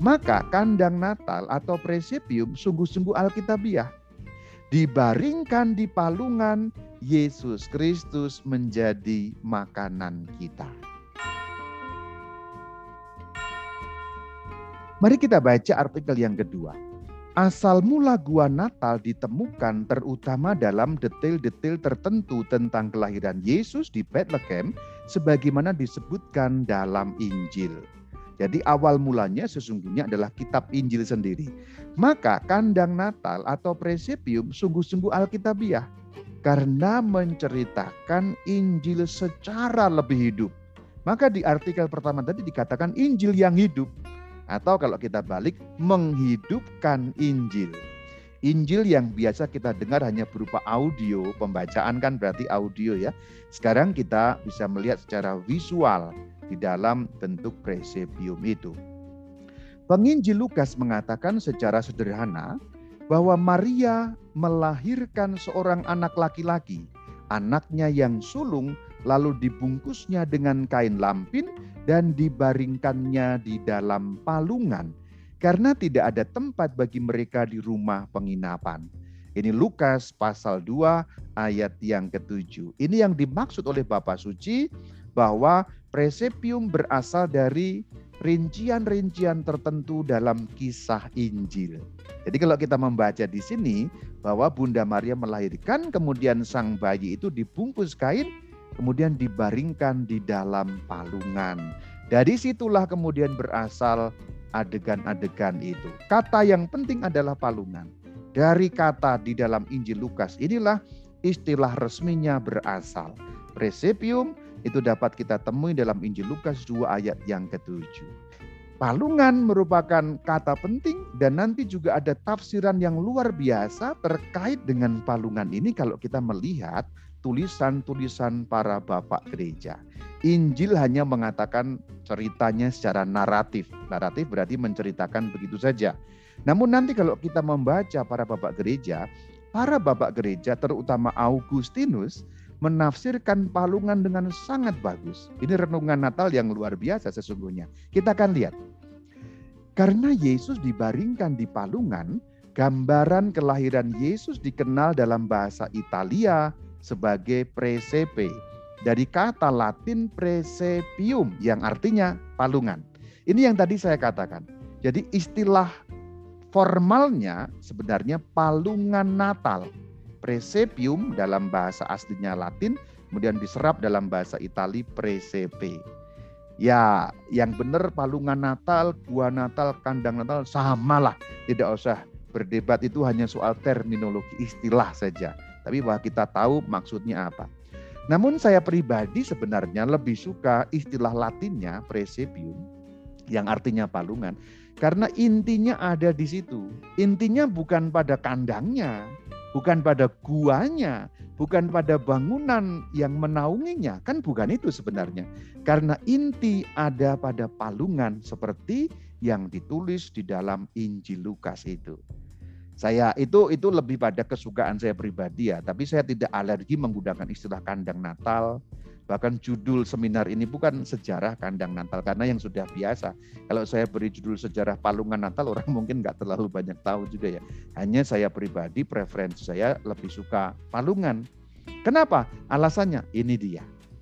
Maka kandang Natal atau presepium sungguh-sungguh alkitabiah. Dibaringkan di palungan, Yesus Kristus menjadi makanan kita. Mari kita baca artikel yang kedua. Asal mula gua Natal ditemukan terutama dalam detail-detail tertentu tentang kelahiran Yesus di Bethlehem sebagaimana disebutkan dalam Injil. Jadi awal mulanya sesungguhnya adalah kitab Injil sendiri. Maka kandang Natal atau presepium sungguh-sungguh alkitabiah karena menceritakan Injil secara lebih hidup. Maka di artikel pertama tadi dikatakan Injil yang hidup. Atau kalau kita balik, menghidupkan Injil. Injil yang biasa kita dengar hanya berupa audio, pembacaan kan berarti audio ya. Sekarang kita bisa melihat secara visual di dalam bentuk presepium itu. Penginjil Lukas mengatakan secara sederhana bahwa Maria melahirkan seorang anak laki-laki. Anaknya yang sulung lalu dibungkusnya dengan kain lampin dan dibaringkannya di dalam palungan karena tidak ada tempat bagi mereka di rumah penginapan. Ini Lukas pasal 2 ayat yang ke-7. Ini yang dimaksud oleh Bapak Suci bahwa presepium berasal dari rincian-rincian tertentu dalam kisah Injil. Jadi kalau kita membaca di sini bahwa Bunda Maria melahirkan, kemudian sang bayi itu dibungkus kain, kemudian dibaringkan di dalam palungan. Dari situlah kemudian berasal adegan-adegan itu. Kata yang penting adalah palungan. Dari kata di dalam Injil Lukas inilah istilah resminya berasal. Presepium itu dapat kita temui dalam Injil Lukas 2 ayat yang ke-7. Palungan merupakan kata penting dan nanti juga ada tafsiran yang luar biasa terkait dengan palungan ini kalau kita melihat tulisan-tulisan para bapak gereja. Injil hanya mengatakan ceritanya secara naratif. Naratif berarti menceritakan begitu saja. Namun nanti kalau kita membaca para bapak gereja terutama Augustinus menafsirkan palungan dengan sangat bagus. Ini renungan Natal yang luar biasa sesungguhnya. Kita akan lihat. Karena Yesus dibaringkan di palungan, gambaran kelahiran Yesus dikenal dalam bahasa Italia sebagai presepe. Dari kata Latin presepium yang artinya palungan. Ini yang tadi saya katakan. Jadi istilah formalnya sebenarnya palungan Natal. Presepium dalam bahasa aslinya Latin, kemudian diserap dalam bahasa Itali presepe. Ya, yang benar palungan Natal, gua Natal, kandang Natal samalah. Tidak usah berdebat, itu hanya soal terminologi istilah saja. Tapi bahwa kita tahu maksudnya apa. Namun saya pribadi sebenarnya lebih suka istilah Latinnya presepium yang artinya palungan. Karena intinya ada di situ. Intinya bukan pada kandangnya, bukan pada guanya, bukan pada bangunan yang menaunginya. Kan bukan itu sebenarnya. Karena inti ada pada palungan seperti yang ditulis di dalam Injil Lukas itu. Saya itu lebih pada kesukaan saya pribadi ya, tapi saya tidak alergi menggunakan istilah kandang Natal. Bahkan judul seminar ini bukan sejarah kandang Natal karena yang sudah biasa. Kalau saya beri judul sejarah palungan Natal orang mungkin nggak terlalu banyak tahu juga ya. Hanya saya pribadi preferensi saya lebih suka palungan. Kenapa? Alasannya ini dia.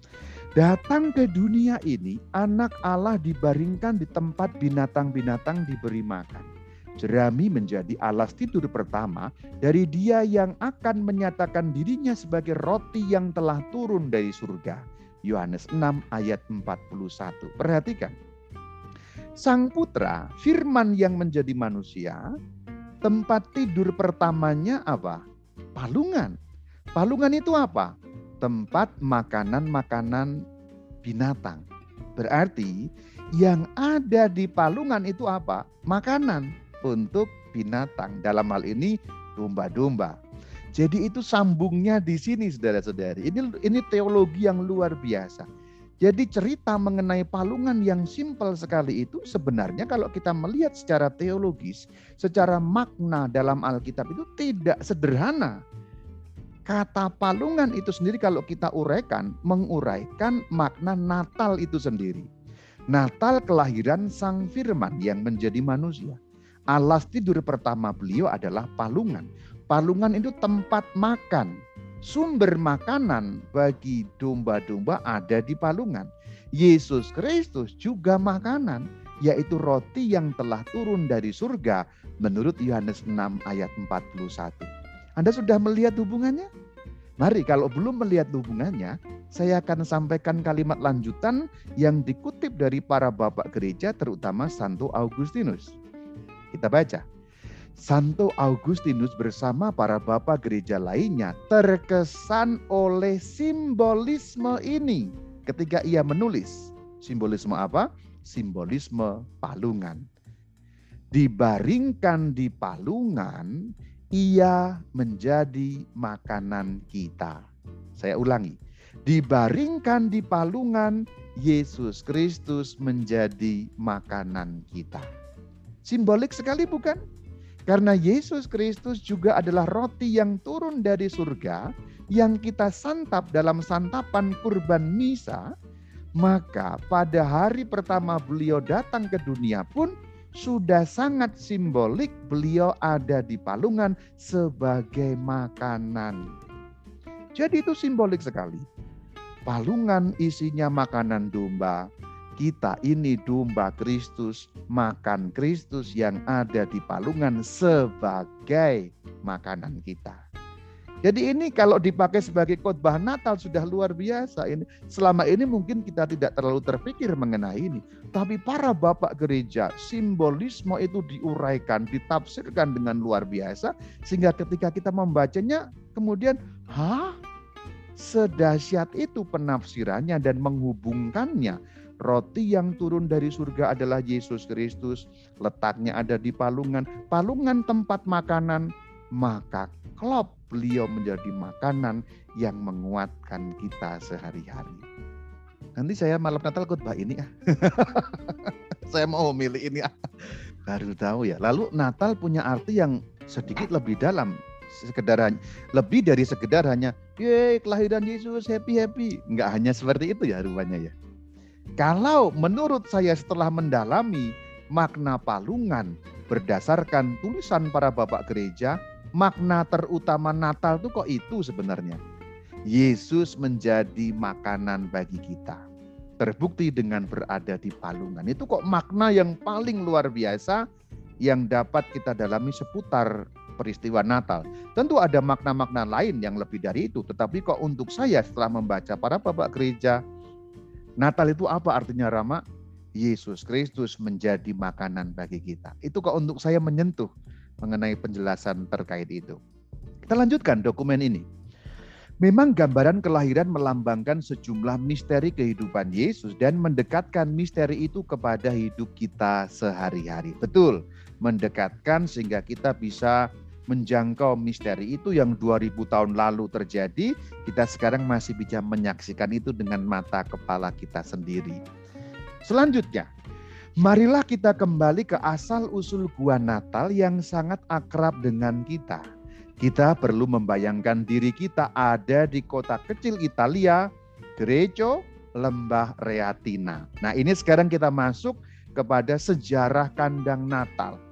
Datang ke dunia ini anak Allah dibaringkan di tempat binatang-binatang diberi makan. Jerami menjadi alas tidur pertama dari Dia yang akan menyatakan dirinya sebagai roti yang telah turun dari surga. Yohanes 6 ayat 41. Perhatikan. Sang Putra, firman yang menjadi manusia, tempat tidur pertamanya apa? Palungan. Palungan itu apa? Tempat makanan-makanan binatang. Berarti yang ada di palungan itu apa? Makanan untuk binatang. Dalam hal ini domba-domba. Jadi itu sambungnya di sini saudara-saudari. Ini teologi yang luar biasa. Jadi cerita mengenai palungan yang simpel sekali itu sebenarnya kalau kita melihat secara teologis, secara makna dalam Alkitab itu tidak sederhana. Kata palungan itu sendiri kalau kita uraikan, menguraikan makna Natal itu sendiri. Natal kelahiran Sang Firman yang menjadi manusia. Alas tidur pertama beliau adalah palungan. Palungan itu tempat makan. Sumber makanan bagi domba-domba ada di palungan. Yesus Kristus juga makanan, yaitu roti yang telah turun dari surga menurut Yohanes 6 ayat 41. Anda sudah melihat hubungannya? Mari kalau belum melihat hubungannya, saya akan sampaikan kalimat lanjutan yang dikutip dari para bapak gereja, terutama Santo Augustinus. Kita baca. Santo Augustinus bersama para bapak gereja lainnya terkesan oleh simbolisme ini ketika ia menulis. Simbolisme apa? Simbolisme palungan. Dibaringkan di palungan, ia menjadi makanan kita. Saya ulangi. Dibaringkan di palungan, Yesus Kristus menjadi makanan kita. Simbolik sekali bukan? Karena Yesus Kristus juga adalah roti yang turun dari surga, yang kita santap dalam santapan kurban misa, maka pada hari pertama beliau datang ke dunia pun sudah sangat simbolik beliau ada di palungan sebagai makanan. Jadi itu simbolik sekali. Palungan isinya makanan domba. Kita ini domba Kristus, makan Kristus yang ada di palungan sebagai makanan kita. Jadi ini kalau dipakai sebagai khotbah Natal sudah luar biasa. Ini selama ini mungkin kita tidak terlalu terpikir mengenai ini. Tapi para bapak gereja, simbolisme itu diuraikan, ditafsirkan dengan luar biasa. Sehingga ketika kita membacanya kemudian, sedahsyat itu penafsirannya dan menghubungkannya. Roti yang turun dari surga adalah Yesus Kristus. Letaknya ada di palungan. Palungan tempat makanan. Maka klop beliau menjadi makanan yang menguatkan kita sehari-hari. Nanti saya malam Natal khotbah ini. Saya mau milih ini. Baru tahu ya. Lalu Natal punya arti yang sedikit lebih dalam. Lebih dari sekedar hanya kelahiran Yesus, happy. Enggak hanya seperti itu ya rupanya ya. Kalau menurut saya setelah mendalami makna palungan berdasarkan tulisan para bapak gereja, makna terutama Natal itu kok itu sebenarnya. Yesus menjadi makanan bagi kita. Terbukti dengan berada di palungan. Itu kok makna yang paling luar biasa yang dapat kita dalami seputar peristiwa Natal. Tentu ada makna-makna lain yang lebih dari itu. Tetapi kok untuk saya setelah membaca para bapak gereja, Natal itu apa artinya Rama? Yesus Kristus menjadi makanan bagi kita. Itu kok untuk saya menyentuh mengenai penjelasan terkait itu. Kita lanjutkan dokumen ini. Memang gambaran kelahiran melambangkan sejumlah misteri kehidupan Yesus dan mendekatkan misteri itu kepada hidup kita sehari-hari. Betul, mendekatkan sehingga kita bisa menjangkau misteri itu yang 2000 tahun lalu terjadi, kita sekarang masih bisa menyaksikan itu dengan mata kepala kita sendiri. Selanjutnya, marilah kita kembali ke asal-usul gua Natal yang sangat akrab dengan kita. Kita perlu membayangkan diri kita ada di kota kecil Italia, Greco, Lembah Reatina. Nah ini sekarang kita masuk kepada sejarah kandang Natal.